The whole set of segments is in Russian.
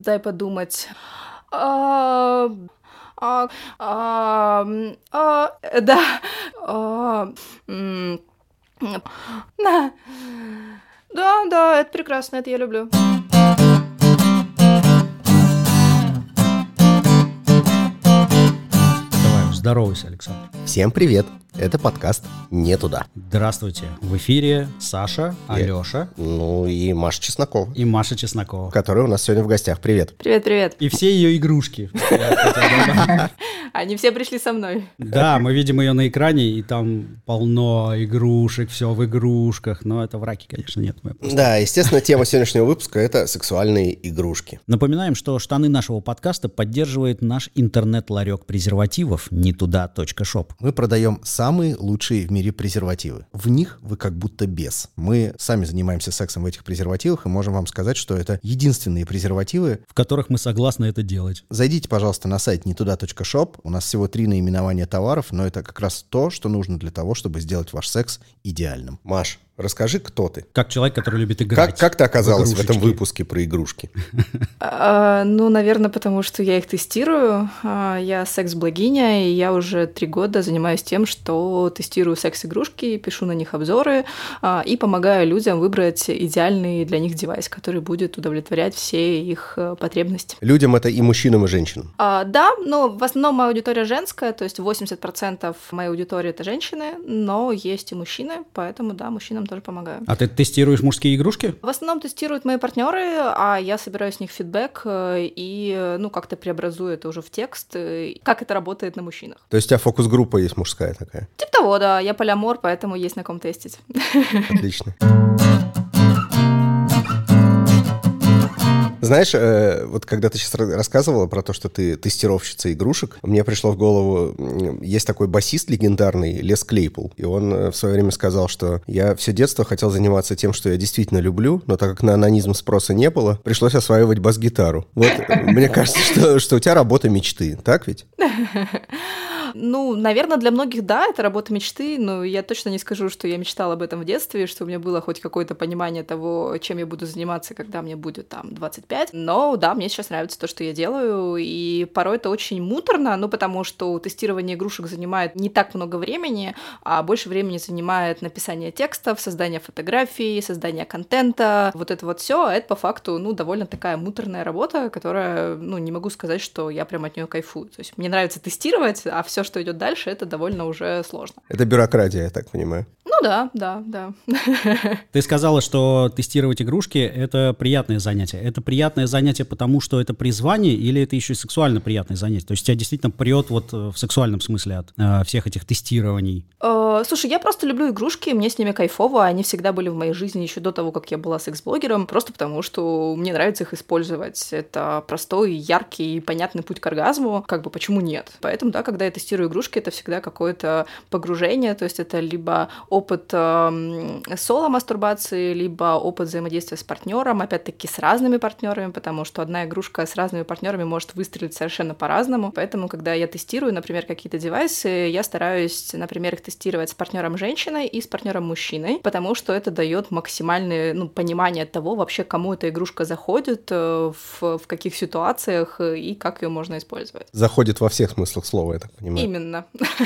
Дай подумать. Да. Да, это прекрасно, это я люблю. Давай, здоровайся, Александр. Всем привет! Это подкаст «Не туда». Здравствуйте. В эфире Саша, Алёша. Ну и Маша Чеснокова. И Маша Чеснокова. Которая у нас сегодня в гостях. Привет. Привет. И все ее игрушки. Они все пришли со мной. Да, мы видим ее на экране, и там полно игрушек, все в игрушках. Но это враки, конечно, нет. Да, естественно, тема сегодняшнего выпуска – это сексуальные игрушки. Напоминаем, что штаны нашего подкаста поддерживает наш интернет-ларек презервативов нетуда.шоп. Мы продаем самые лучшие в мире презервативы. В них вы как будто без. Мы сами занимаемся сексом в этих презервативах и можем вам сказать, что это единственные презервативы, в которых мы согласны это делать. Зайдите, пожалуйста, на сайт нетуда.шоп. У нас всего 3 наименования товаров, но это как раз то, что нужно для того, чтобы сделать ваш секс идеальным. Маш, расскажи, кто ты? Как человек, который любит играть. Как ты оказалась в этом выпуске про игрушки? Ну, наверное, потому что я их тестирую. Я секс-блогиня, и я уже 3 года занимаюсь тем, что тестирую секс-игрушки, пишу на них обзоры и помогаю людям выбрать идеальный для них девайс, который будет удовлетворять все их потребности. Людям это и мужчинам, и женщинам? Да, но в основном моя аудитория женская, то есть 80% моей аудитории — это женщины, но есть и мужчины, поэтому, да, мужчинам тоже помогаю. А ты тестируешь мужские игрушки? В основном тестируют мои партнеры, а я собираю с них фидбэк и, как-то преобразую это уже в текст, как это работает на мужчинах. То есть у тебя фокус-группа есть мужская такая? Типа того, да. Я полиамор, поэтому есть на ком тестить. Отлично. Знаешь, вот когда ты сейчас рассказывала про то, что ты тестировщица игрушек, мне пришло в голову, есть такой басист легендарный Les Claypool, и он в свое время сказал, что я все детство хотел заниматься тем, что я действительно люблю, но так как на анонизм спроса не было, пришлось осваивать бас-гитару. Вот мне кажется, что у тебя работа мечты, так ведь? Наверное, для многих, да, это работа мечты, но я точно не скажу, что я мечтала об этом в детстве, что у меня было хоть какое-то понимание того, чем я буду заниматься, когда мне будет там 25. Но да, мне сейчас нравится то, что я делаю, и порой это очень муторно, потому что тестирование игрушек занимает не так много времени, а больше времени занимает написание текстов, создание фотографий, создание контента. Вот это вот все, это по факту, довольно такая муторная работа, которая, не могу сказать, что я прям от нее кайфую. То есть мне нравится тестировать, а все, что идет дальше, это довольно уже сложно. Это бюрократия, я так понимаю. Да. Ты сказала, что тестировать игрушки — это приятное занятие. Это приятное занятие, потому что это призвание, или это еще и сексуально приятное занятие? То есть тебя действительно прет вот в сексуальном смысле от всех этих тестирований? Слушай, я просто люблю игрушки, мне с ними кайфово, они всегда были в моей жизни еще до того, как я была секс-блогером, просто потому что мне нравится их использовать. Это простой, яркий и понятный путь к оргазму, почему нет? Поэтому, да, когда я тестирую игрушки, это всегда какое-то погружение, то есть это либо опыт соло-мастурбации, либо опыт взаимодействия с партнером, опять-таки с разными партнерами, потому что одна игрушка с разными партнерами может выстрелить совершенно по-разному. Поэтому, когда я тестирую, например, какие-то девайсы, я стараюсь, например, их тестировать с партнером женщиной и с партнером мужчиной, потому что это дает максимальное понимание того, вообще, кому эта игрушка заходит, в каких ситуациях и как ее можно использовать. Заходит во всех смыслах слова, я так понимаю. Именно.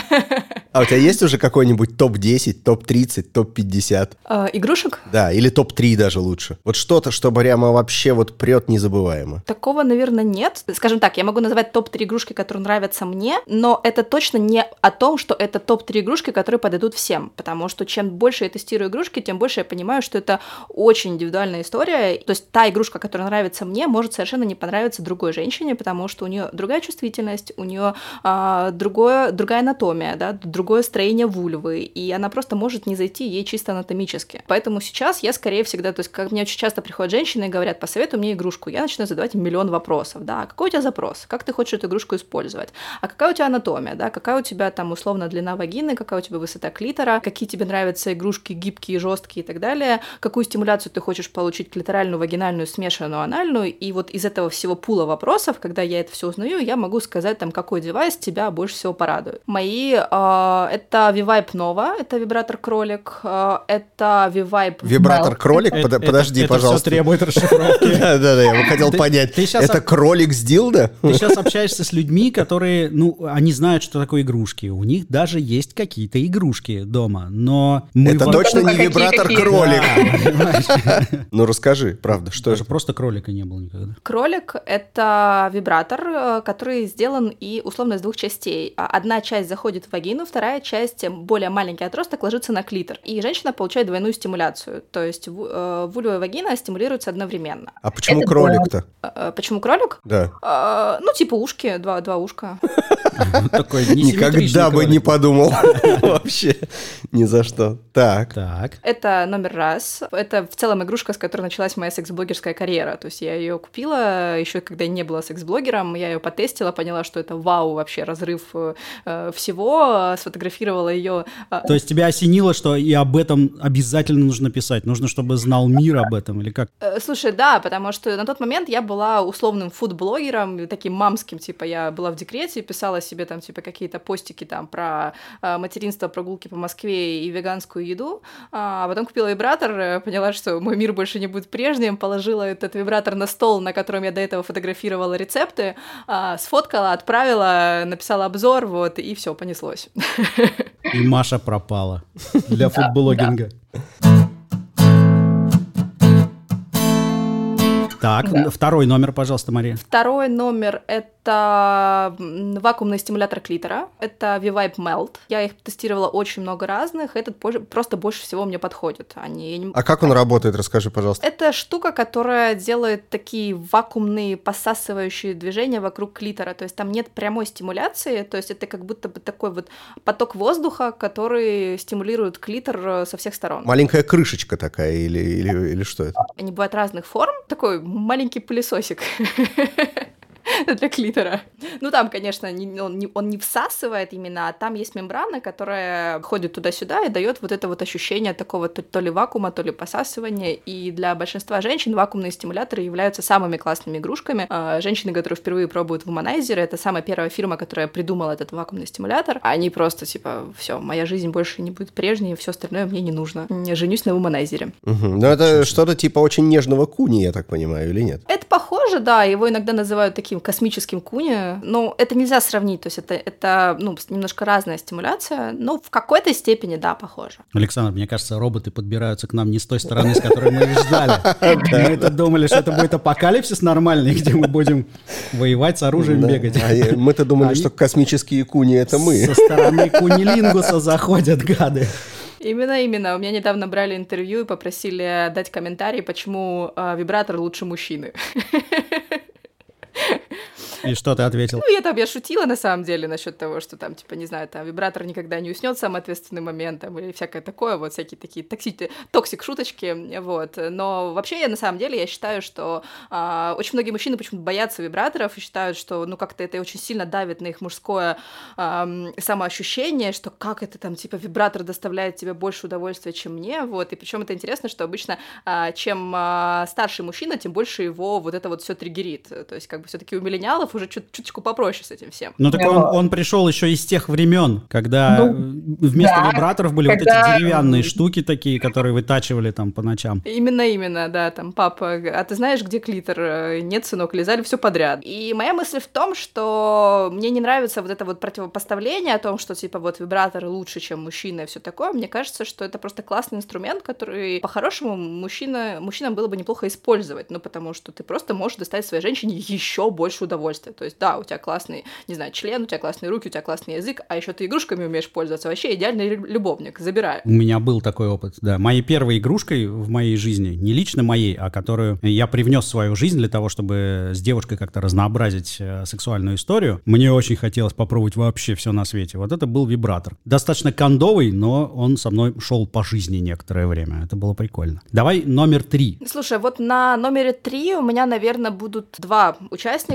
А у тебя есть уже какой-нибудь топ-10, топ-30, топ-50? Игрушек? Да, или топ-3 даже лучше. Вот что-то, что прямо вообще вот прет незабываемо. Такого, наверное, нет. Скажем так, я могу назвать топ-3 игрушки, которые нравятся мне, но это точно не о том, что это топ-3 игрушки, которые подойдут всем, потому что чем больше я тестирую игрушки, тем больше я понимаю, что это очень индивидуальная история. То есть та игрушка, которая нравится мне, может совершенно не понравиться другой женщине, потому что у нее другая чувствительность, у нее другая анатомия, да, другое строение вульвы, и она просто может не зайти ей чисто анатомически. Поэтому сейчас я скорее всегда, то есть как мне очень часто приходят женщины и говорят: посоветуй мне игрушку, я начинаю задавать им миллион вопросов, да, какой у тебя запрос, как ты хочешь эту игрушку использовать, а какая у тебя анатомия, да, какая у тебя там условно длина вагины, какая у тебя высота клитора, какие тебе нравятся игрушки гибкие, жесткие и так далее, какую стимуляцию ты хочешь получить, клиторальную, вагинальную, смешанную, анальную, и вот из этого всего пула вопросов, когда я это все узнаю, я могу сказать, там, какой девайс тебя больше всего порадует. Мои Это V-Vibe Nova, это вибратор-кролик. Это V-Vibe... Вибратор-кролик? Подожди, пожалуйста. Это все требует расшифровки. Да-да-да, я бы хотел понять. Это кролик с дилдо? Ты сейчас общаешься с людьми, которые, они знают, что такое игрушки. У них даже есть какие-то игрушки дома, но... Это точно не вибратор-кролик. Ну, расскажи, правда, что это? Даже просто кролика не было никогда. Кролик — это вибратор, который сделан условно из двух частей. Одна часть заходит в вагину, вторая часть, более маленький отросток, ложится на клитор. И женщина получает двойную стимуляцию. То есть вульва и вагина стимулируются одновременно. А почему кролик-то? Почему кролик? Да. Типа ушки, два ушка. Никогда бы не подумал. Вообще ни за что. Так. Это номер раз. Это в целом игрушка, с которой началась моя секс-блогерская карьера. То есть я ее купила еще когда я не была секс-блогером. Я ее потестила, поняла, что это вау, вообще разрыв всего. Сфотографировала ее. То есть тебя осенило, что и об этом обязательно нужно писать? Нужно, чтобы знал мир об этом или как? Слушай, да, потому что на тот момент я была условным фуд-блогером, таким мамским, типа я была в декрете, писала себе там типа какие-то постики там про материнство, прогулки по Москве и веганскую еду, а потом купила вибратор, поняла, что мой мир больше не будет прежним, положила этот вибратор на стол, на котором я до этого фотографировала рецепты, сфоткала, отправила, написала обзор, вот, и все понеслось. И Маша пропала для фудблогинга. Так, второй номер, пожалуйста, Мария. Второй номер — это вакуумный стимулятор клитора. Это V-Vibe Melt. Я их тестировала очень много разных. Этот просто больше всего мне подходит. А как он работает? Расскажи, пожалуйста. Это штука, которая делает такие вакуумные посасывающие движения вокруг клитора. То есть там нет прямой стимуляции. То есть это как будто бы такой вот поток воздуха, который стимулирует клитор со всех сторон. Маленькая крышечка такая или что это? Они бывают разных форм. Такой маленький пылесосик для клитора. Ну, там, конечно, он не всасывает именно, а там есть мембрана, которая ходит туда-сюда и дает вот это вот ощущение такого то ли вакуума, то ли посасывания. И для большинства женщин вакуумные стимуляторы являются самыми классными игрушками. Женщины, которые впервые пробуют Womanizer, это самая первая фирма, которая придумала этот вакуумный стимулятор. Они просто, типа, все, моя жизнь больше не будет прежней, все остальное мне не нужно. Я женюсь на Womanizer. Ну, это что-то типа очень нежного куни, я так понимаю, или нет? Это похоже, да, его иногда называют таким космическим куни, но это нельзя сравнить, то есть это немножко разная стимуляция, но в какой-то степени, да, похоже. Александр, мне кажется, роботы подбираются к нам не с той стороны, с которой мы их ждали. Мы-то думали, что это будет апокалипсис нормальный, где мы будем воевать с оружием, бегать. Мы-то думали, что космические куни — это мы. Со стороны кунилингуса заходят гады. Именно. У меня недавно брали интервью и попросили дать комментарий, почему вибратор лучше мужчины. И что ты ответил? Я шутила, на самом деле, насчет того, что там, типа, не знаю, там, вибратор никогда не уснет в самый ответственный момент, там, или всякое такое, вот, всякие такие токсик-шуточки, вот. Но вообще, на самом деле, я считаю, что очень многие мужчины почему-то боятся вибраторов и считают, что, как-то это очень сильно давит на их мужское самоощущение, что как это, там, типа, вибратор доставляет тебе больше удовольствия, чем мне, вот. И причем это интересно, что обычно, чем старше мужчина, тем больше его вот это вот все триггерит. То есть, как бы, все-таки у миллениалов уже чуточку попроще с этим всем. Ну так он пришел еще из тех времен, когда вместо вибраторов были вот эти деревянные штуки такие, которые вытачивали там по ночам. Именно, да, там, папа, а ты знаешь, где клитор? Нет, сынок, лизали все подряд. И моя мысль в том, что мне не нравится вот это вот противопоставление о том, что типа вот вибраторы лучше, чем мужчина и все такое. Мне кажется, что это просто классный инструмент, который по-хорошему мужчинам было бы неплохо использовать, потому что ты просто можешь доставить своей женщине еще больше удовольствия. То есть, да, у тебя классный, не знаю, член, у тебя классные руки, у тебя классный язык, а еще ты игрушками умеешь пользоваться. Вообще идеальный любовник. Забираю. У меня был такой опыт, да. Моей первой игрушкой в моей жизни, не лично моей, а которую я привнес в свою жизнь для того, чтобы с девушкой как-то разнообразить сексуальную историю, мне очень хотелось попробовать вообще все на свете. Вот это был вибратор. Достаточно кондовый, но он со мной шел по жизни некоторое время. Это было прикольно. Давай номер 3. Слушай, вот на номере 3 у меня, наверное, будут два участника. Вот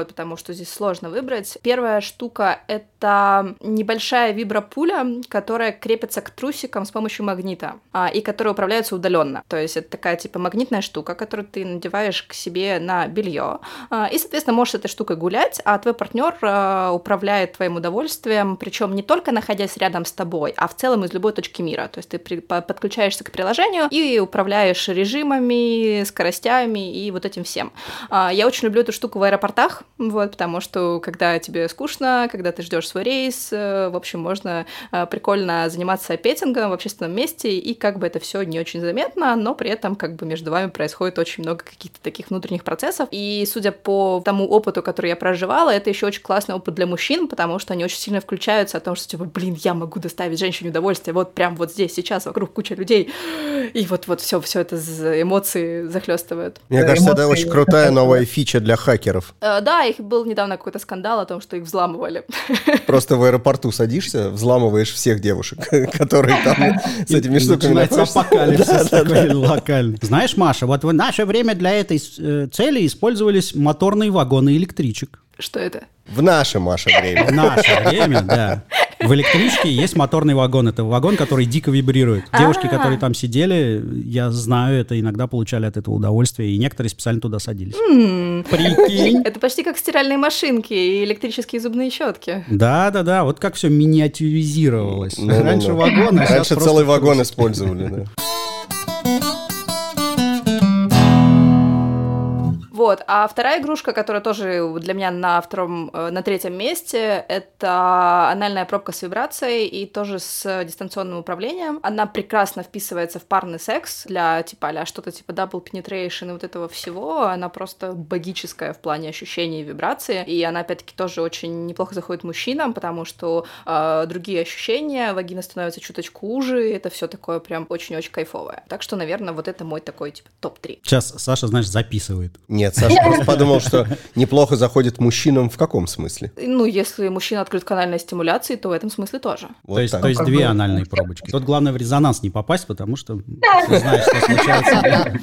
вот, потому что здесь сложно выбрать. Первая штука — это небольшая вибропуля, которая крепится к трусикам с помощью магнита, и которая управляется удаленно. То есть это такая типа магнитная штука, которую ты надеваешь к себе на белье, и, соответственно, можешь с этой штукой гулять, а твой партнер управляет твоим удовольствием, причем не только находясь рядом с тобой, а в целом из любой точки мира. То есть ты подключаешься к приложению и управляешь режимами, скоростями и вот этим всем. Я очень люблю эту штуку в аэропортах, вот, потому что когда тебе скучно, когда ты ждешь свой рейс, в общем, можно прикольно заниматься петингом в общественном месте, и как бы это все не очень заметно, но при этом как бы между вами происходит очень много каких-то таких внутренних процессов. И судя по тому опыту, который я проживала, это еще очень классный опыт для мужчин, потому что они очень сильно включаются о том, что типа, блин, я могу доставить женщине удовольствие вот прям вот здесь, сейчас, вокруг куча людей, и вот все это эмоции захлестывают. Мне кажется, это очень крутая новая фича для хакеров. Да, их был недавно какой-то скандал о том, что их взламывали. Просто в аэропорту садишься, взламываешь всех девушек, которые там с этими штуками находятся. Начинается апокалипсис такой локальный. Знаешь, Маша, вот в наше время для этой цели использовались моторные вагоны электричек. Что это? В наше, Маша, время. В наше время, да. В электричке есть моторный вагон. Это вагон, который дико вибрирует. Девушки, которые там сидели, я знаю, это иногда получали от этого удовольствие, и некоторые специально туда садились. Прикинь. Это почти как стиральные машинки и электрические зубные щетки. Да, вот как все миниатюризировалось. Раньше вагон, а сейчас раньше целый вагон использовали, да. Вот, а вторая игрушка, которая тоже для меня на третьем месте, это анальная пробка с вибрацией и тоже с дистанционным управлением. Она прекрасно вписывается в парный секс для типа а-ля что-то типа double penetration и вот этого всего. Она просто богическая в плане ощущений и вибрации, и она опять-таки тоже очень неплохо заходит мужчинам, потому что другие ощущения, вагина становится чуточку уже, это все такое прям очень-очень кайфовое. Так что, наверное, вот это мой такой типа топ-3. Сейчас Саша, знаешь, записывает. Нет, Саша просто подумал, что неплохо заходит мужчинам в каком смысле? Ну, если мужчина открыт к анальной стимуляции, то в этом смысле тоже. Вот то есть две анальные пробочки. Тут главное в резонанс не попасть, потому что ты знаешь, что случается.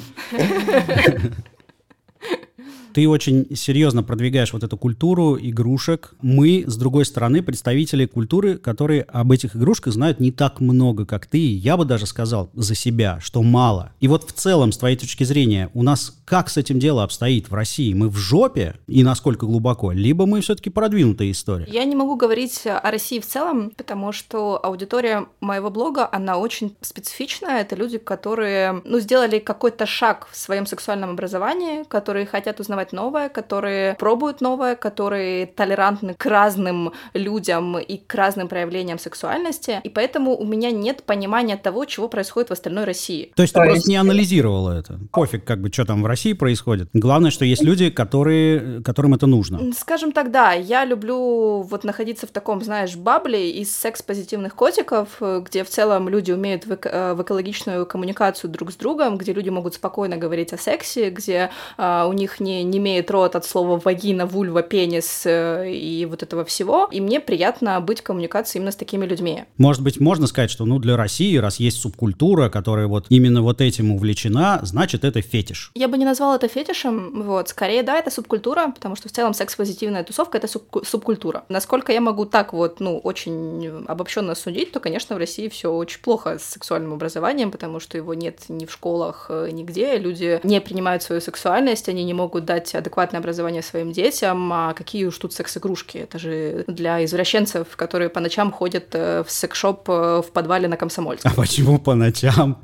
Ты очень серьезно продвигаешь вот эту культуру игрушек. Мы, с другой стороны, представители культуры, которые об этих игрушках знают не так много, как ты. Я бы даже сказал за себя, что мало. И вот в целом, с твоей точки зрения, у нас как с этим дело обстоит в России? Мы в жопе и насколько глубоко? Либо мы все-таки продвинутая история? Я не могу говорить о России в целом, потому что аудитория моего блога, она очень специфичная. Это люди, которые, сделали какой-то шаг в своем сексуальном образовании, которые хотят узнавать новое, которые пробуют новое, которые толерантны к разным людям и к разным проявлениям сексуальности, и поэтому у меня нет понимания того, чего происходит в остальной России. То есть ты просто не анализировала это? Пофиг, что там в России происходит. Главное, что есть люди, которым это нужно. Скажем так, да, я люблю находиться в таком, бабле из секс-позитивных котиков, где в целом люди умеют в экологичную коммуникацию друг с другом, где люди могут спокойно говорить о сексе, где у них не имеет рот от слова вагина, вульва, пенис и вот этого всего. И мне приятно быть в коммуникации именно с такими людьми. Может быть, можно сказать, что для России, раз есть субкультура, которая именно этим увлечена, значит, это фетиш. Я бы не назвала это фетишем. Скорее, да, это субкультура, потому что в целом секс-позитивная тусовка — это субкультура. Насколько я могу так очень обобщенно судить, то, конечно, в России все очень плохо с сексуальным образованием, потому что его нет ни в школах, нигде. Люди не принимают свою сексуальность, они не могут дать адекватное образование своим детям, а какие уж тут секс-игрушки. Это же для извращенцев, которые по ночам ходят в секс-шоп в подвале на Комсомольском. А почему по ночам?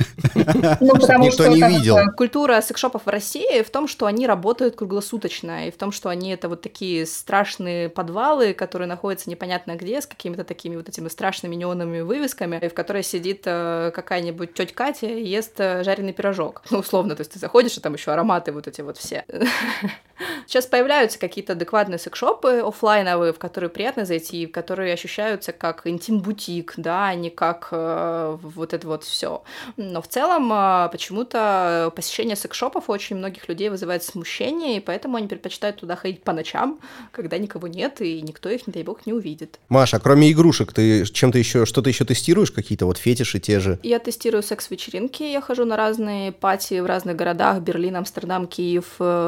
Никто не видел. Культура секс-шопов в России в том, что они работают круглосуточно, и в том, что они это такие страшные подвалы, которые находятся непонятно где, с какими-то такими этими страшными неоновыми вывесками, в которой сидит какая-нибудь тетя Катя и ест жареный пирожок. Условно, то есть ты заходишь, и там еще ароматы эти все. Сейчас появляются какие-то адекватные секс-шопы офлайновые, в которые приятно зайти, в которые ощущаются как интим-бутик, да, а не как это все. Но в целом почему-то посещение секс-шопов у очень многих людей вызывает смущение, и поэтому они предпочитают туда ходить по ночам, когда никого нет, и никто их, не дай бог, не увидит. Маша, а кроме игрушек, ты что-то еще тестируешь? Какие-то фетиши те же? Я тестирую секс-вечеринки, я хожу на разные пати в разных городах: Берлин, Амстердам, Киев, Минск,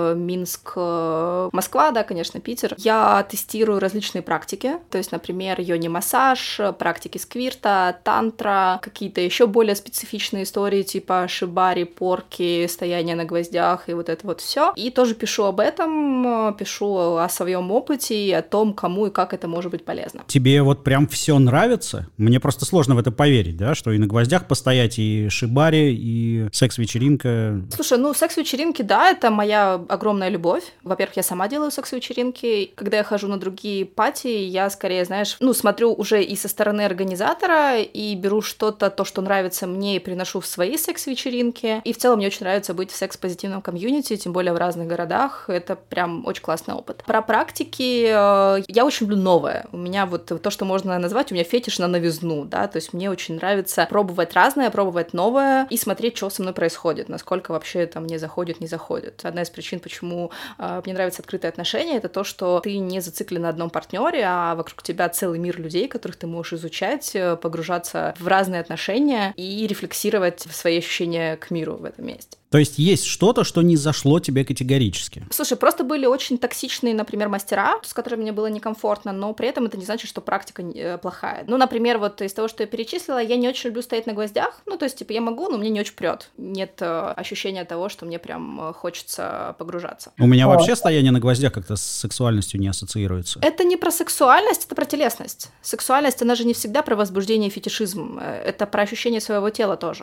Минск, Москва, да, конечно, Питер. Я тестирую различные практики, то есть, например, йони-массаж, практики сквирта, тантра, какие-то еще более специфичные истории, типа шибари, порки, стояние на гвоздях и вот это вот все. И тоже пишу об этом, пишу о своем опыте и о том, кому и как это может быть полезно. Тебе вот прям все нравится? Мне просто сложно в это поверить, да, что и на гвоздях постоять, и шибари, и секс-вечеринка. Слушай, ну, секс-вечеринки, да, это моя огромная любовь. Во-первых, я сама делаю секс-вечеринки. Когда я хожу на другие пати, я скорее, знаешь, ну, смотрю уже и со стороны организатора, и беру что-то, то, что нравится мне, и приношу в свои секс-вечеринки. И в целом мне очень нравится быть в секс-позитивном комьюнити, тем более в разных городах. Это прям очень классный опыт. Про практики я очень люблю новое. У меня вот то, что можно назвать, у меня фетиш на новизну, да, то есть мне очень нравится пробовать разное, пробовать новое и смотреть, что со мной происходит, насколько вообще это мне заходит, не заходит. Одна из причин, почему мне нравятся открытые отношения, это то, что ты не зациклен на одном партнере, а вокруг тебя целый мир людей, которых ты можешь изучать, погружаться в разные отношения и рефлексировать свои ощущения к миру в этом месте. То есть есть что-то, что не зашло тебе категорически? Слушай, просто были очень токсичные, например, мастера, с которыми мне было некомфортно, но при этом это не значит, что практика плохая. Ну, например, вот из того, что я перечислила, я не очень люблю стоять на гвоздях, ну, то есть, типа, я могу, но мне не очень прет. Нет ощущения того, что мне прям хочется погружаться. У меня вообще стояние на гвоздях как-то с сексуальностью не ассоциируется. Это не про сексуальность, это про телесность. Сексуальность, она же не всегда про возбуждение и фетишизм. Это про ощущение своего тела тоже.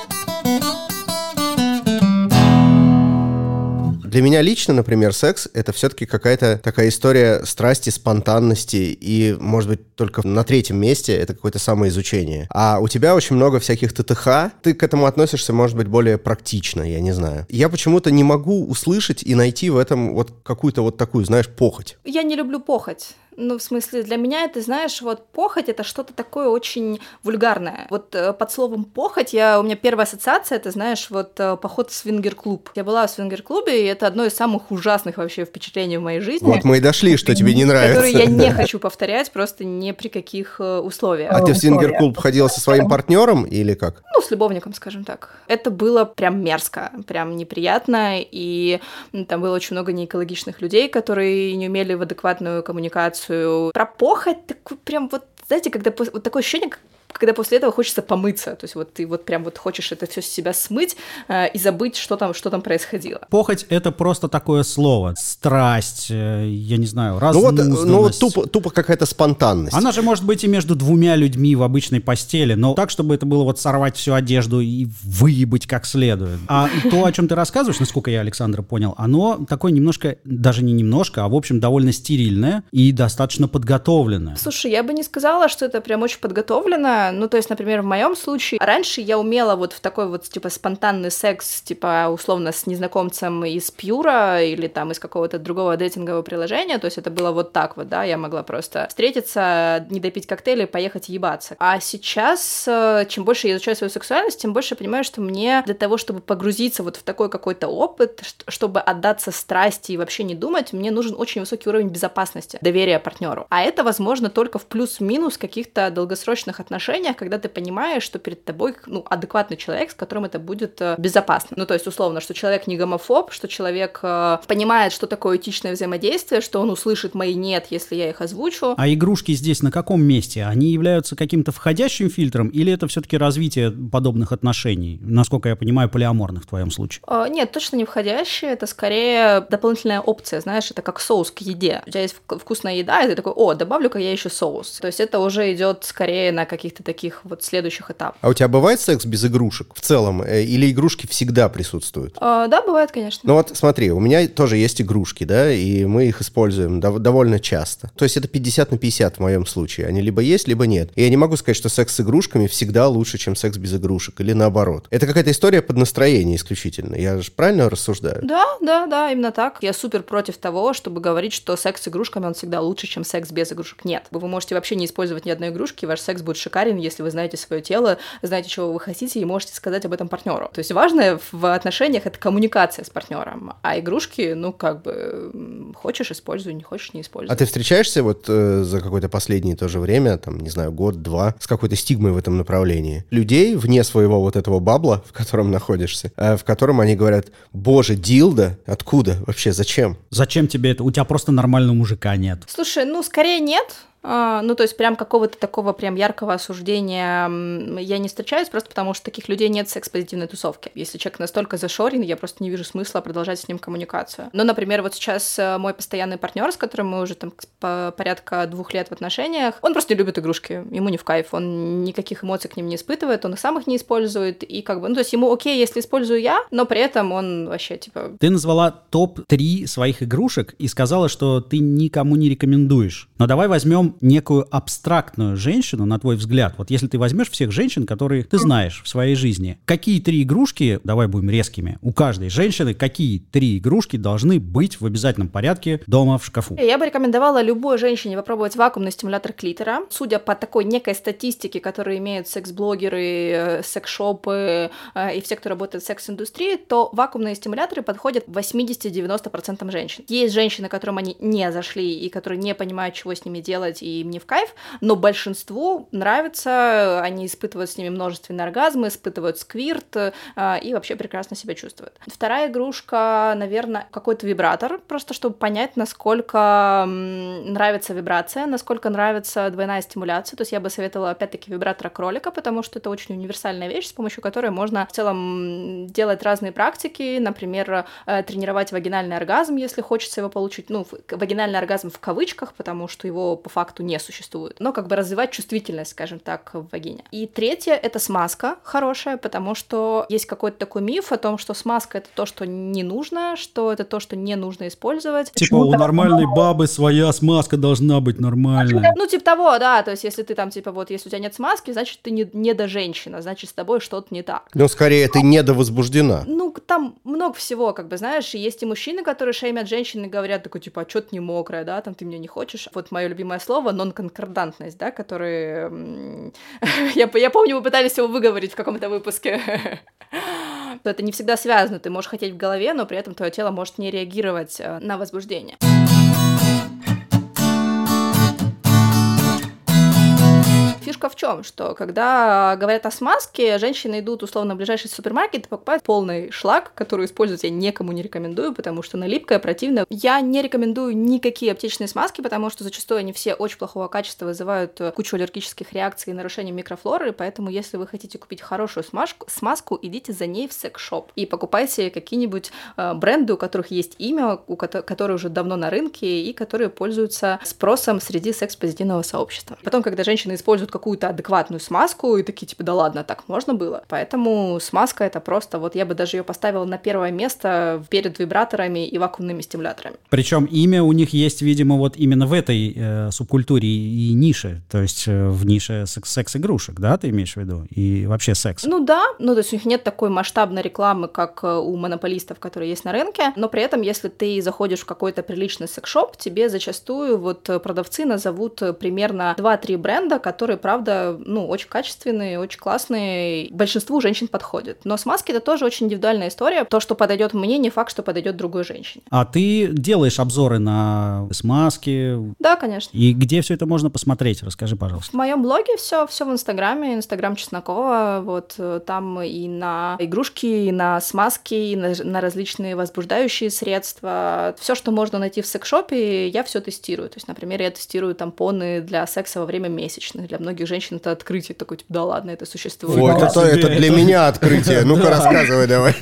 Для меня лично, например, секс — это все-таки какая-то такая история страсти, спонтанности, и, может быть, только на третьем месте это какое-то самоизучение. А у тебя очень много всяких ТТХ, ты к этому относишься, может быть, более практично, я не знаю. Я почему-то не могу услышать и найти в этом вот какую-то вот такую, знаешь, похоть. Я не люблю похоть. Ну, в смысле, для меня это, знаешь, вот похоть — это что-то такое очень вульгарное. Вот под словом похоть у меня первая ассоциация, это, знаешь, вот поход в свингер-клуб. Я была в свингер-клубе, и это одно из самых ужасных вообще впечатлений в моей жизни. Вот мы и дошли, что тебе не нравится. Которые я не хочу повторять просто ни при каких условиях. А ты в свингер-клуб ходила со своим партнером или как? Ну, с любовником, скажем так. Это было прям мерзко, прям неприятно, и там было очень много неэкологичных людей, которые не умели в адекватную коммуникацию. Про похоть, такой прям вот, знаете, когда вот такое ощущение, когда после этого хочется помыться, то есть вот ты вот прям вот хочешь это все с себя смыть и забыть, что там происходило. Похоть — это просто такое слово. Страсть, я не знаю, разнузданность. Ну вот тупо какая-то спонтанность. Она же может быть и между двумя людьми в обычной постели, но так, чтобы это было вот сорвать всю одежду и выебать как следует. А то, о чем ты рассказываешь, насколько я, Александра, понял, оно такое немножко, даже не немножко, а в общем довольно стерильное и достаточно подготовленное. Слушай, я бы не сказала, что это прям очень подготовлено. Ну, то есть, например, в моем случае, раньше я умела вот в такой вот, типа, спонтанный секс, типа, условно, с незнакомцем из Пьюра или там из какого-то другого дейтингового приложения, то есть это было вот так вот, да, я могла просто встретиться, не допить коктейли, поехать ебаться. А сейчас, чем больше я изучаю свою сексуальность, тем больше я понимаю, что мне для того, чтобы погрузиться вот в такой какой-то опыт, чтобы отдаться страсти и вообще не думать, мне нужен очень высокий уровень безопасности, доверия партнеру. А это возможно только в плюс-минус каких-то долгосрочных отношениях, когда ты понимаешь, что перед тобой, ну, адекватный человек, с которым это будет безопасно. Ну, то есть, условно, что человек не гомофоб, что человек понимает, что такое этичное взаимодействие, что он услышит мои «нет», если я их озвучу. А игрушки здесь на каком месте? Они являются каким-то входящим фильтром или это все-таки развитие подобных отношений? Насколько я понимаю, полиаморных в твоем случае. Нет, точно не входящие, это скорее дополнительная опция, знаешь, это как соус к еде. У тебя есть вкусная еда, и ты такой: добавлю-ка я еще соус. То есть это уже идет скорее на каких-то таких вот следующих этапах. А у тебя бывает секс без игрушек в целом? Или игрушки всегда присутствуют? Да, бывает, конечно. Ну вот смотри, у меня тоже есть игрушки, да, и мы их используем довольно часто. То есть это 50 на 50 в моем случае. Они либо есть, либо нет. И я не могу сказать, что секс с игрушками всегда лучше, чем секс без игрушек, или наоборот. Это какая-то история под настроение исключительно. Я же правильно рассуждаю? Да, именно так. Я супер против того, чтобы говорить, что секс с игрушками, он всегда лучше, чем секс без игрушек. Нет. Вы можете вообще не использовать ни одной игрушки, и ваш секс будет шикарен сексуален, если вы знаете свое тело, знаете, чего вы хотите, и можете сказать об этом партнеру. То есть важное в отношениях — это коммуникация с партнером, а игрушки, хочешь — используй, не хочешь — не используй. А ты встречаешься вот за какое-то последнее тоже время, там, не знаю, год-два, с какой-то стигмой в этом направлении? Людей вне своего вот этого бабла, в котором находишься, в котором они говорят: боже, дилдо? Откуда? Вообще, зачем? Зачем тебе это? У тебя просто нормального мужика нет. Слушай, скорее нет. То есть прям какого-то такого прям яркого осуждения я не встречаюсь, просто потому что таких людей нет в секс-позитивной тусовке. Если человек настолько зашорен, я просто не вижу смысла продолжать с ним коммуникацию. Например, вот сейчас мой постоянный партнер, с которым мы уже там порядка 2 лет в отношениях, он просто не любит игрушки, ему не в кайф, он никаких эмоций к ним не испытывает, он и сам их не использует, и то есть ему окей, если использую я, но при этом он вообще Ты назвала топ-3 своих игрушек и сказала, что ты никому не рекомендуешь. Но давай возьмем некую абстрактную женщину, на твой взгляд. Вот если ты возьмешь всех женщин, которые ты знаешь в своей жизни, какие 3 игрушки, давай будем резкими, у каждой женщины какие 3 игрушки должны быть в обязательном порядке дома в шкафу? Я бы рекомендовала любой женщине попробовать вакуумный стимулятор клитора. Судя по такой некой статистике, которую имеют секс-блогеры, секс-шопы и все, кто работает в секс-индустрии, то вакуумные стимуляторы подходят 80-90% женщин. Есть женщины, которым они не зашли и которые не понимают, чего с ними делать, и им не в кайф, но большинству нравится, они испытывают с ними множественные оргазмы, испытывают сквирт и вообще прекрасно себя чувствуют. Вторая игрушка, наверное, какой-то вибратор, просто чтобы понять, насколько нравится вибрация, насколько нравится двойная стимуляция. То есть я бы советовала, опять-таки, вибратора кролика, потому что это очень универсальная вещь, с помощью которой можно в целом делать разные практики, например, тренировать вагинальный оргазм, если хочется его получить, вагинальный оргазм в кавычках, потому что его по факту не существует, но развивать чувствительность, скажем так, в вагине. И третье — это смазка хорошая, потому что есть какой-то такой миф о том, что смазка — это то, что не нужно, что это то, что не нужно использовать. У нормальной бабы своя смазка должна быть нормальная. Типа того, да, то есть если ты там, если у тебя нет смазки, значит, ты недоженщина, значит, с тобой что-то не так. Скорее, ты недовозбуждена. Там много всего, знаешь, и есть и мужчины, которые шеймят женщин и говорят такой, а чё ты не мокрая, да, там ты меня не хочешь. Вот мое любимое слово — нон-конкордантность, да, который... я помню, мы пытались его выговорить в каком-то выпуске. Это не всегда связано, ты можешь хотеть в голове, но при этом твое тело может не реагировать на возбуждение. Фишка в чем? Что когда говорят о смазке, женщины идут условно в ближайший супермаркет и покупают полный шлак, который использовать я никому не рекомендую, потому что она липкая, противная. Я не рекомендую никакие аптечные смазки, потому что зачастую они все очень плохого качества, вызывают кучу аллергических реакций и нарушений микрофлоры, поэтому если вы хотите купить хорошую смазку, идите за ней в секс-шоп и покупайте какие-нибудь бренды, у которых есть имя, которые уже давно на рынке и которые пользуются спросом среди секс-позитивного сообщества. Потом, когда женщины используют какую-то адекватную смазку, и такие, да ладно, так можно было. Поэтому смазка — это просто, я бы даже ее поставила на первое место перед вибраторами и вакуумными стимуляторами. Причем имя у них есть, видимо, именно в этой субкультуре и нише, то есть в нише секс-игрушек, да, ты имеешь в виду? И вообще секс. Да, то есть у них нет такой масштабной рекламы, как у монополистов, которые есть на рынке, но при этом, если ты заходишь в какой-то приличный секс-шоп, тебе зачастую продавцы назовут примерно 2-3 бренда, которые, правда, очень качественные, очень классные, большинству женщин подходят. Но смазки — это тоже очень индивидуальная история. То, что подойдет мне, не факт, что подойдет другой женщине. А ты делаешь обзоры на смазки? Да, конечно. И где все это можно посмотреть? Расскажи, пожалуйста. В моем блоге все в Инстаграме, Инстаграм Чеснокова, там и на игрушки, и на смазки, и на различные возбуждающие средства. Все, что можно найти в секс-шопе, я все тестирую. То есть, например, я тестирую тампоны для секса во время месячных. Для многих женщин это открытие, такой, да ладно, это существует. Ой, это для меня открытие. Ну-ка, рассказывай давай.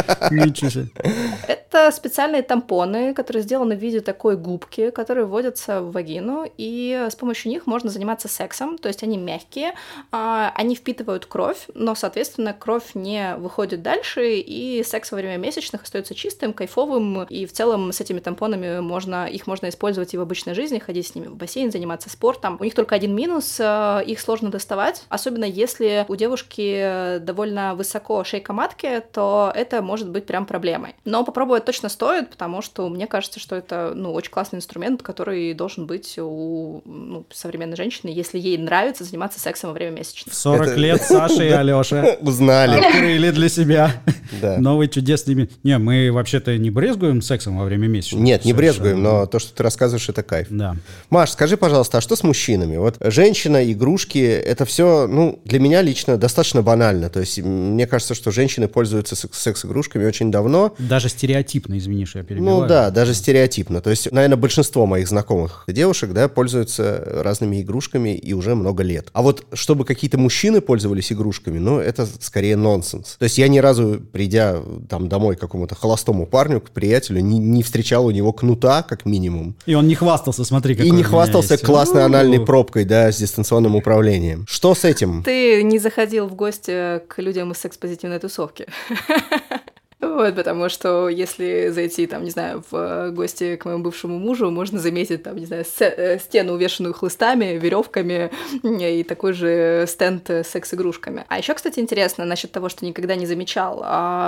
Это специальные тампоны, которые сделаны в виде такой губки, которые вводятся в вагину, и с помощью них можно заниматься сексом, то есть они мягкие, они впитывают кровь, но, соответственно, кровь не выходит дальше, и секс во время месячных остается чистым, кайфовым, и в целом с этими тампонами их можно использовать и в обычной жизни, ходить с ними в бассейн, заниматься спортом. У них только один минус, их сложно сложно доставать, особенно если у девушки довольно высоко шейка матки, то это может быть прям проблемой. Но попробовать точно стоит, потому что мне кажется, что это, очень классный инструмент, который должен быть у современной женщины, если ей нравится заниматься сексом во время месячных. В 40 лет Саша и Алёша узнали. открыли для себя Да. новый чудесный... Не, мы вообще-то не брезгуем сексом во время месячных. Нет, не Совершенно. брезгуем, но то, что ты рассказываешь, это кайф. Да. Маш, скажи, пожалуйста, а что с мужчинами? Вот женщина, игрушки, это все, для меня лично достаточно банально. То есть мне кажется, что женщины пользуются секс-игрушками очень давно. Даже стереотипно, извини, что я перебиваю. Да, даже стереотипно. То есть, наверное, большинство моих знакомых девушек, да, пользуются разными игрушками и уже много лет. А вот чтобы какие-то мужчины пользовались игрушками, это скорее нонсенс. То есть я ни разу, придя там домой к какому-то холостому парню, к приятелю, не встречал у него кнута, как минимум. И он не хвастался, смотри, какой И у не меня хвастался есть. классной анальной пробкой, да, с дистанционным управлением. Что с этим? Ты не заходил в гости к людям из секс-позитивной тусовки. Вот, потому что если зайти, там, не знаю, в гости к моему бывшему мужу, можно заметить, там, не знаю, стену, увешанную хлыстами, веревками и такой же стенд с секс-игрушками. А еще, кстати, интересно насчет того, что никогда не замечал.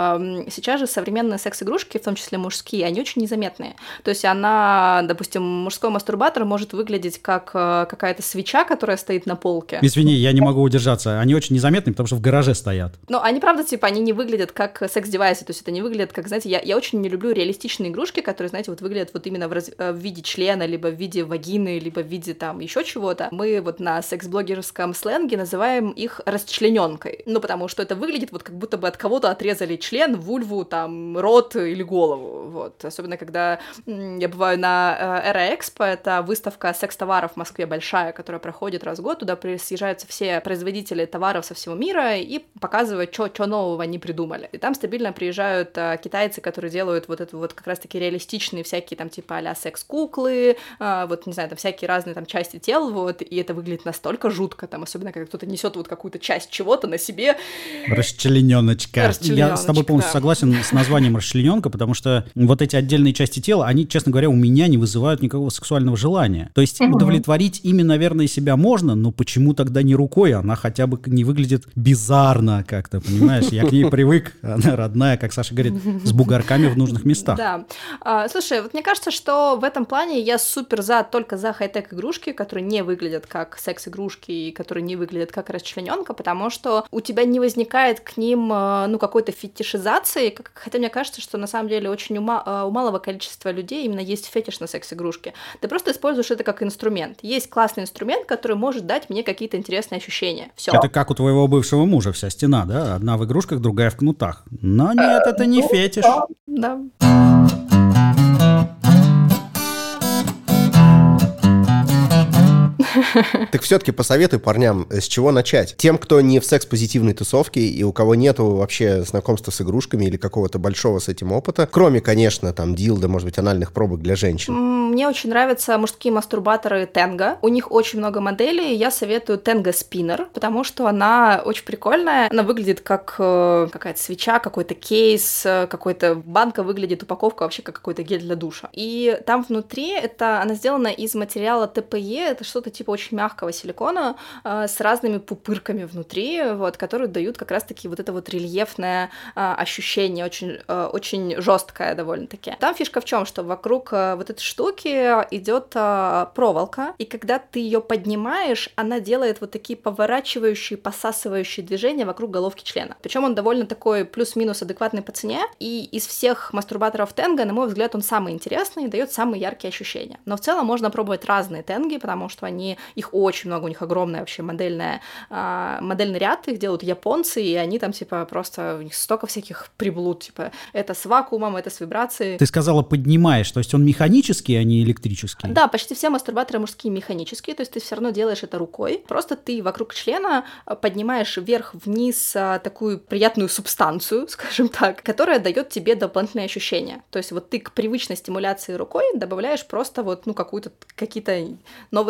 Сейчас же современные секс-игрушки, в том числе мужские, они очень незаметные. То есть допустим, мужской мастурбатор может выглядеть как какая-то свеча, которая стоит на полке. Извини, я не могу удержаться. Они очень незаметные, потому что в гараже стоят. Но они, правда, они не выглядят как секс-девайсы, то есть это не выглядит как, знаете, я очень не люблю реалистичные игрушки, которые, знаете, вот выглядят вот именно в виде члена, либо в виде вагины, либо в виде там еще чего-то. Мы вот на секс-блогерском сленге называем их расчлененкой. Потому что это выглядит вот как будто бы от кого-то отрезали член, вульву, там, рот или голову. Вот. Особенно, когда я бываю на Эра-Экспо, это выставка секс-товаров в Москве большая, которая проходит раз в год. Туда съезжаются все производители товаров со всего мира и показывают, что нового они придумали. И там стабильно приезжают китайцы, которые делают вот это вот как раз-таки реалистичные всякие там типа а-ля секс-куклы, вот, не знаю, там всякие разные там части тел, вот, и это выглядит настолько жутко, там, особенно, когда кто-то несет вот какую-то часть чего-то на себе. Расчлененочка. Я с тобой полностью согласен с названием расчлененка, потому что вот эти отдельные части тела, они, честно говоря, у меня не вызывают никакого сексуального желания. То есть удовлетворить ими, наверное, себя можно, но почему тогда не рукой? Она хотя бы не выглядит бизарно как-то, понимаешь? Я к ней привык, она родная, как Саша говорит, с бугорками в нужных местах. Да. Слушай, вот мне кажется, что в этом плане я супер только за хай-тек игрушки, которые не выглядят как секс-игружки и которые не выглядят как расчлененка, потому что у тебя не возникает к ним, какой-то фетишизации, хотя мне кажется, что на самом деле очень у малого количества людей именно есть фетиш на секс-игрушки. Ты просто используешь это как инструмент. Есть классный инструмент, который может дать мне какие-то интересные ощущения. Все. Это как у твоего бывшего мужа вся стена, да? Одна в игрушках, другая в кнутах. Но нет, это не фетиш. Да. Так все-таки посоветуй парням, с чего начать. Тем, кто не в секс-позитивной тусовке и у кого нету вообще знакомства с игрушками или какого-то большого с этим опыта, кроме, конечно, там, дилдо, может быть, анальных пробок для женщин. Мне очень нравятся мужские мастурбаторы Tenga. У них очень много моделей. Я советую Tenga Spinner, потому что она очень прикольная. Она выглядит как какая-то свеча, какой-то кейс, какой-то банка выглядит, упаковка вообще как какой-то гель для душа. И там внутри она сделана из материала ТПЕ, это что-то типа очень мягкого силикона с разными пупырками внутри, вот, которые дают как раз-таки вот это вот рельефное ощущение, очень, очень жесткое довольно-таки. Там фишка в чем, что вокруг вот этой штуки идет проволока, и когда ты ее поднимаешь, она делает вот такие поворачивающие, посасывающие движения вокруг головки члена. Причем он довольно такой плюс-минус адекватный по цене, и из всех мастурбаторов Tenga, на мой взгляд, он самый интересный и дает самые яркие ощущения. Но в целом можно пробовать разные Tenga, потому что их очень много, у них огромная вообще модельный ряд, их делают японцы, и они там типа просто, у них столько всяких приблуд, типа это с вакуумом, это с вибрацией. Ты сказала поднимаешь, то есть он механический, а не электрический? Да, почти все мастурбаторы мужские механические, то есть ты все равно делаешь это рукой, просто ты вокруг члена поднимаешь вверх-вниз такую приятную субстанцию, скажем так, которая дает тебе дополнительные ощущения. То есть вот ты к привычной стимуляции рукой добавляешь просто вот, какие-то новые ощущения.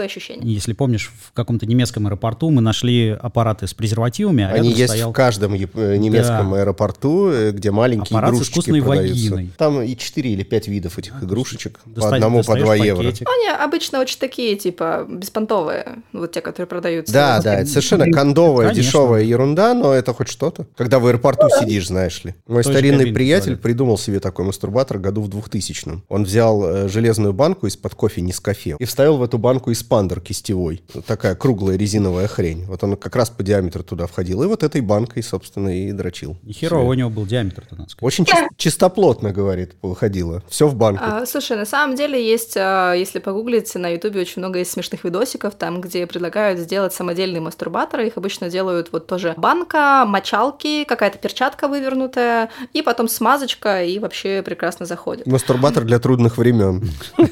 если помнишь, в каком-то немецком аэропорту мы нашли аппараты с презервативами, а они рядом есть стоял... в каждом немецком аэропорту, где маленькие аппарат с игрушечки искусственной продаются. вагиной. Там и 4 или 5 видов этих игрушечек. По Достаешь одному, по 2 евро. пакетик. Они обычно очень такие, типа, беспонтовые, вот те, которые продаются. Да, это совершенно кондовая, Конечно. дешевая ерунда, но это хоть что-то. Когда в аэропорту сидишь, знаешь ли. Мой той же старинный кабинке приятель туалет. придумал себе такой мастурбатор году в 2000-м. Он взял железную банку из-под кофе Нескафе и вставил в эту банку эспандер кистевой. Вот такая круглая резиновая хрень. Вот он как раз по диаметру туда входил. И вот этой банкой, собственно, и дрочил. И херово у него был диаметр-то, надо сказать. Очень чистоплотно, говорит, выходило. Все в банку. Слушай, на самом деле есть, если погуглить, на Ютубе очень много есть смешных видосиков, там, где предлагают сделать самодельные мастурбаторы. Их обычно делают вот тоже банка, мочалки, какая-то перчатка вывернутая, и потом смазочка, и вообще прекрасно заходит. Мастурбатор для трудных времен.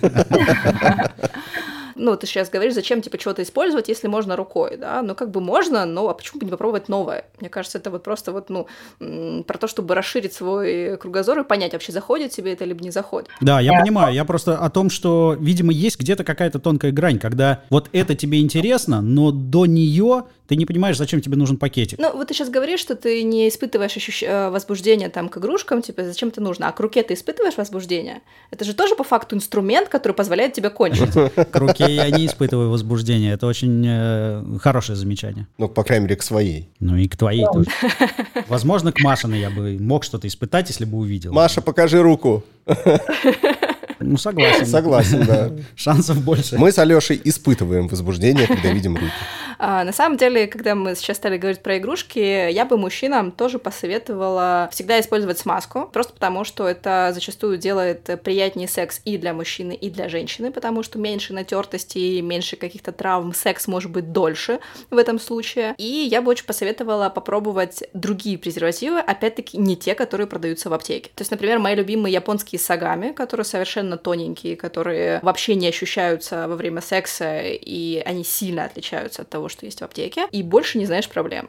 Ну, ты сейчас говоришь, зачем, типа, чего-то использовать, если можно рукой, да? Ну, как бы можно, но а почему бы не попробовать новое? Мне кажется, это вот просто вот, ну, про то, чтобы расширить свой кругозор и понять, вообще заходит тебе это, либо не заходит. Да, я понимаю. Я просто о том, что, видимо, есть где-то какая-то тонкая грань, когда вот это тебе интересно, но до нее ты не понимаешь, зачем тебе нужен пакетик. Ну, вот ты сейчас говоришь, что ты не испытываешь возбуждение там к игрушкам, типа, зачем это нужно? А к руке ты испытываешь возбуждение? Это же тоже по факту инструмент, который позволяет тебе кончить. К руке я не испытываю возбуждения. Это очень хорошее замечание. Ну, по крайней мере, к своей. Ну и к твоей тоже. Возможно, к Машиной я бы мог что-то испытать, если бы увидел. Маша, покажи руку. Ну, согласен. Согласен, да. Шансов больше. Мы с Алешей испытываем возбуждение, когда видим руки. На самом деле, когда мы сейчас стали говорить про игрушки, я бы мужчинам тоже посоветовала всегда использовать смазку, просто потому что это зачастую делает приятнее секс и для мужчины, и для женщины, потому что меньше натертостей, меньше каких-то травм, секс может быть дольше в этом случае. И я бы очень посоветовала попробовать другие презервативы, опять-таки не те, которые продаются в аптеке. То есть, например, мои любимые японские сагами, которые совершенно тоненькие, которые вообще не ощущаются во время секса, и они сильно отличаются от того, что есть в аптеке, и больше не знаешь проблем.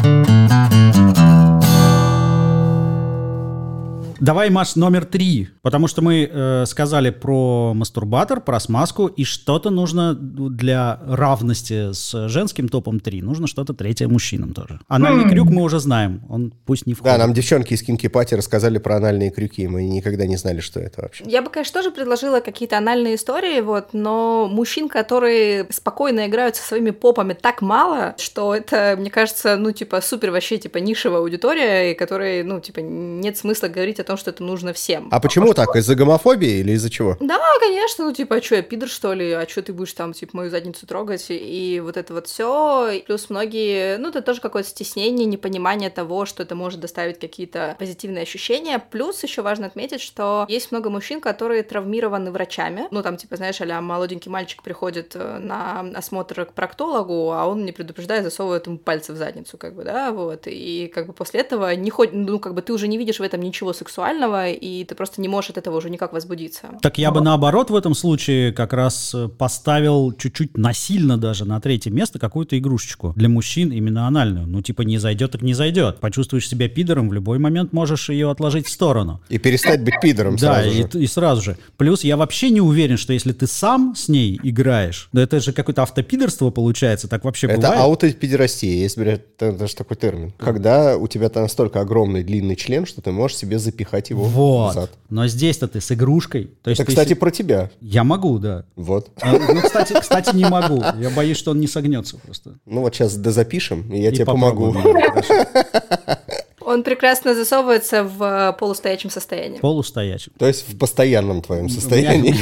Давай, Маш, номер 3, потому что мы сказали про мастурбатор, про смазку, и что-то нужно для равности с женским топом 3, нужно что-то третье мужчинам тоже. Анальный крюк мы уже знаем, он пусть не входит. Да, нам девчонки из Кинки Пати рассказали про анальные крюки, мы никогда не знали, что это вообще. Я бы, конечно, тоже предложила какие-то анальные истории, вот, но мужчин, которые спокойно играют со своими попами, так мало, что это, мне кажется, ну, типа, супер вообще, типа, нишевая аудитория, и которой, ну, типа, нет смысла говорить о том, что это нужно всем. А почему так? Из-за гомофобии или из-за чего? Да, конечно, ну типа, а что, я пидор, что ли? А что ты будешь там, типа, мою задницу трогать? И вот это вот все. Плюс многие, ну, это тоже какое-то стеснение, непонимание того, что это может доставить какие-то позитивные ощущения. Плюс еще важно отметить, что есть много мужчин, которые травмированы врачами. Ну, там, типа, знаешь, а-ля молоденький мальчик приходит на осмотр к проктологу, а он, не предупреждая, засовывает ему пальцы в задницу, как бы, да, вот. И как бы после этого не хоть, ну, как бы ты уже не видишь в этом ничего сексуального, и ты просто не можешь от этого уже никак возбудиться. Так я бы наоборот в этом случае как раз поставил чуть-чуть насильно даже на третье место какую-то игрушечку. Для мужчин именно анальную. Ну типа не зайдет, так не зайдет. Почувствуешь себя пидором, в любой момент можешь ее отложить в сторону. И перестать быть пидором сразу же. Да, и сразу же. Плюс я вообще не уверен, что если ты сам с ней играешь, да это же какое-то автопидорство получается, так вообще Это бывает. аутопедерастия, есть, даже такой термин. Когда у тебя там настолько огромный длинный член, что ты можешь себе запихать его в Вот. зад. Но здесь-то ты с игрушкой. То есть Это, ты кстати, про тебя. Я могу, да. Вот. Ну, кстати, не могу. Я боюсь, что он не согнется просто. Ну вот сейчас дозапишем, и я И тебе помогу. попробуем, да, хорошо. Он прекрасно засовывается в полустоячем состоянии. Полустоячим. То есть в постоянном твоем состоянии.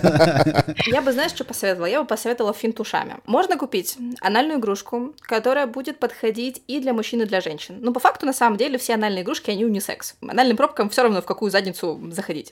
Я бы, знаешь, что посоветовала? Я бы посоветовала финт ушами. Можно купить анальную игрушку, которая будет подходить и для мужчин, и для женщин. Ну, по факту, на самом деле, все анальные игрушки, они унисекс. Анальным пробкам все равно, в какую задницу заходить.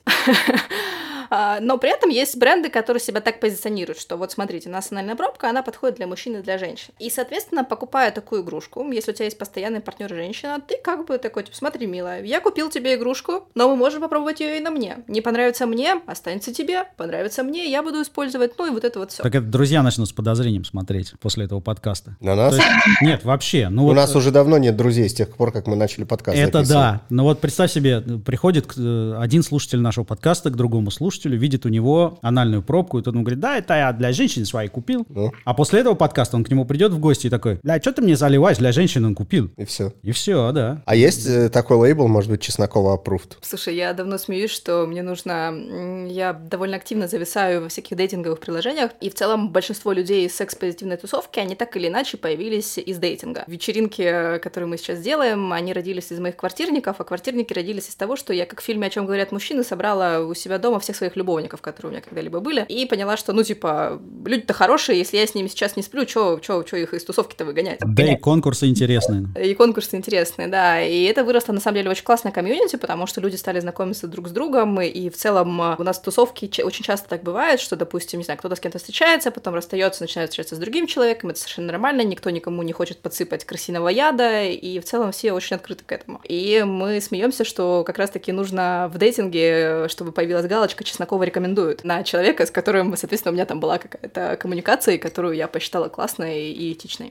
Но при этом есть бренды, которые себя так позиционируют, что вот смотрите, национальная пробка, она подходит для мужчин и для женщин. И, соответственно, покупая такую игрушку, если у тебя есть постоянный партнер женщина, ты как бы такой, типа, смотри, милая, я купил тебе игрушку, но мы можем попробовать ее и на мне. Не понравится мне, останется тебе, понравится мне, я буду использовать, ну и вот это вот все. Так это друзья начнут с подозрением смотреть после этого подкаста. На нас? То есть, нет, вообще. Ну, У вот, нас уже давно нет друзей с тех пор, как мы начали подкаст это записывать. да. Но вот представь себе, приходит один слушатель нашего подкаста к другому слушателю слушателю, видит у него анальную пробку, и тот ему говорит, да, это я для женщины своей купил. А после этого подкаста он к нему придет в гости и такой, бля, что ты мне заливаешь, для женщины он купил. И все. И все, да. А есть такой лейбл, может быть, Чеснокова Approved? Слушай, я давно смеюсь, что мне нужно... Я довольно активно зависаю во всяких дейтинговых приложениях, и в целом большинство людей из секс-позитивной тусовки, они так или иначе появились из дейтинга. Вечеринки, которые мы сейчас делаем, они родились из моих квартирников, а квартирники родились из того, что я, как в фильме «О чем говорят мужчины», собрала у себя дома всех своих любовников, которые у меня когда-либо были, и поняла, что, люди-то хорошие, если я с ними сейчас не сплю, чё их из тусовки-то выгонять? Да, и конкурсы интересные. И конкурсы интересные, да. И это выросло, на самом деле, очень классная комьюнити, потому что люди стали знакомиться друг с другом, и в целом у нас в тусовке очень часто так бывает, что, допустим, не знаю, кто-то с кем-то встречается, потом расстается, начинает встречаться с другим человеком, это совершенно нормально, никто никому не хочет подсыпать крысиного яда, и в целом все очень открыты к этому. И мы смеемся, что как раз-таки нужно в дейтинге, чтобы появилась галочка «Чеснокова рекомендует» на человека, с которым, соответственно, у меня там была какая-то коммуникация, которую я посчитала классной и этичной.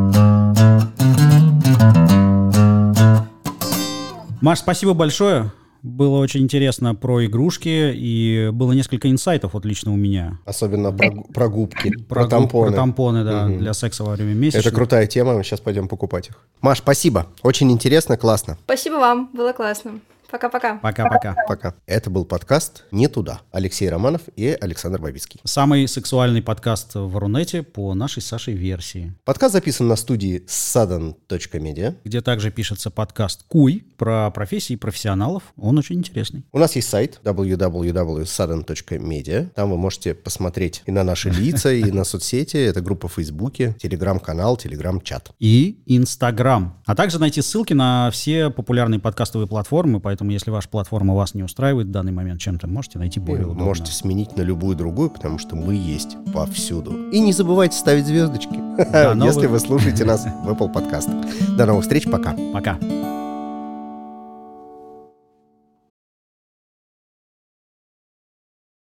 Маш, спасибо большое. Было очень интересно про игрушки, и было несколько инсайтов вот лично у меня. Особенно про губки, про тампоны. Про тампоны, да, для секса во время месячных. Это крутая тема, мы сейчас пойдем покупать их. Маш, спасибо. Очень интересно, классно. Спасибо вам, было классно. Пока-пока. Пока-пока. Пока. Это был подкаст «Не туда». Алексей Романов и Александр Бабицкий. Самый сексуальный подкаст в Рунете по нашей с Сашей версии. Подкаст записан на студии sudden.media, где также пишется подкаст «Куй» про профессии профессионалов. Он очень интересный. У нас есть сайт www.sudden.media. Там вы можете посмотреть и на наши лица, и на соцсети. Это группа в Фейсбуке, Телеграм-канал, Телеграм-чат. И Инстаграм. А также найти ссылки на все популярные подкастовые платформы, поэтому если ваша платформа вас не устраивает в данный момент чем-то, можете найти более удобно. Можете сменить на любую другую, потому что мы есть повсюду. И не забывайте ставить звездочки, если вы слушаете нас в Apple подкастах. До новых встреч, пока. Пока.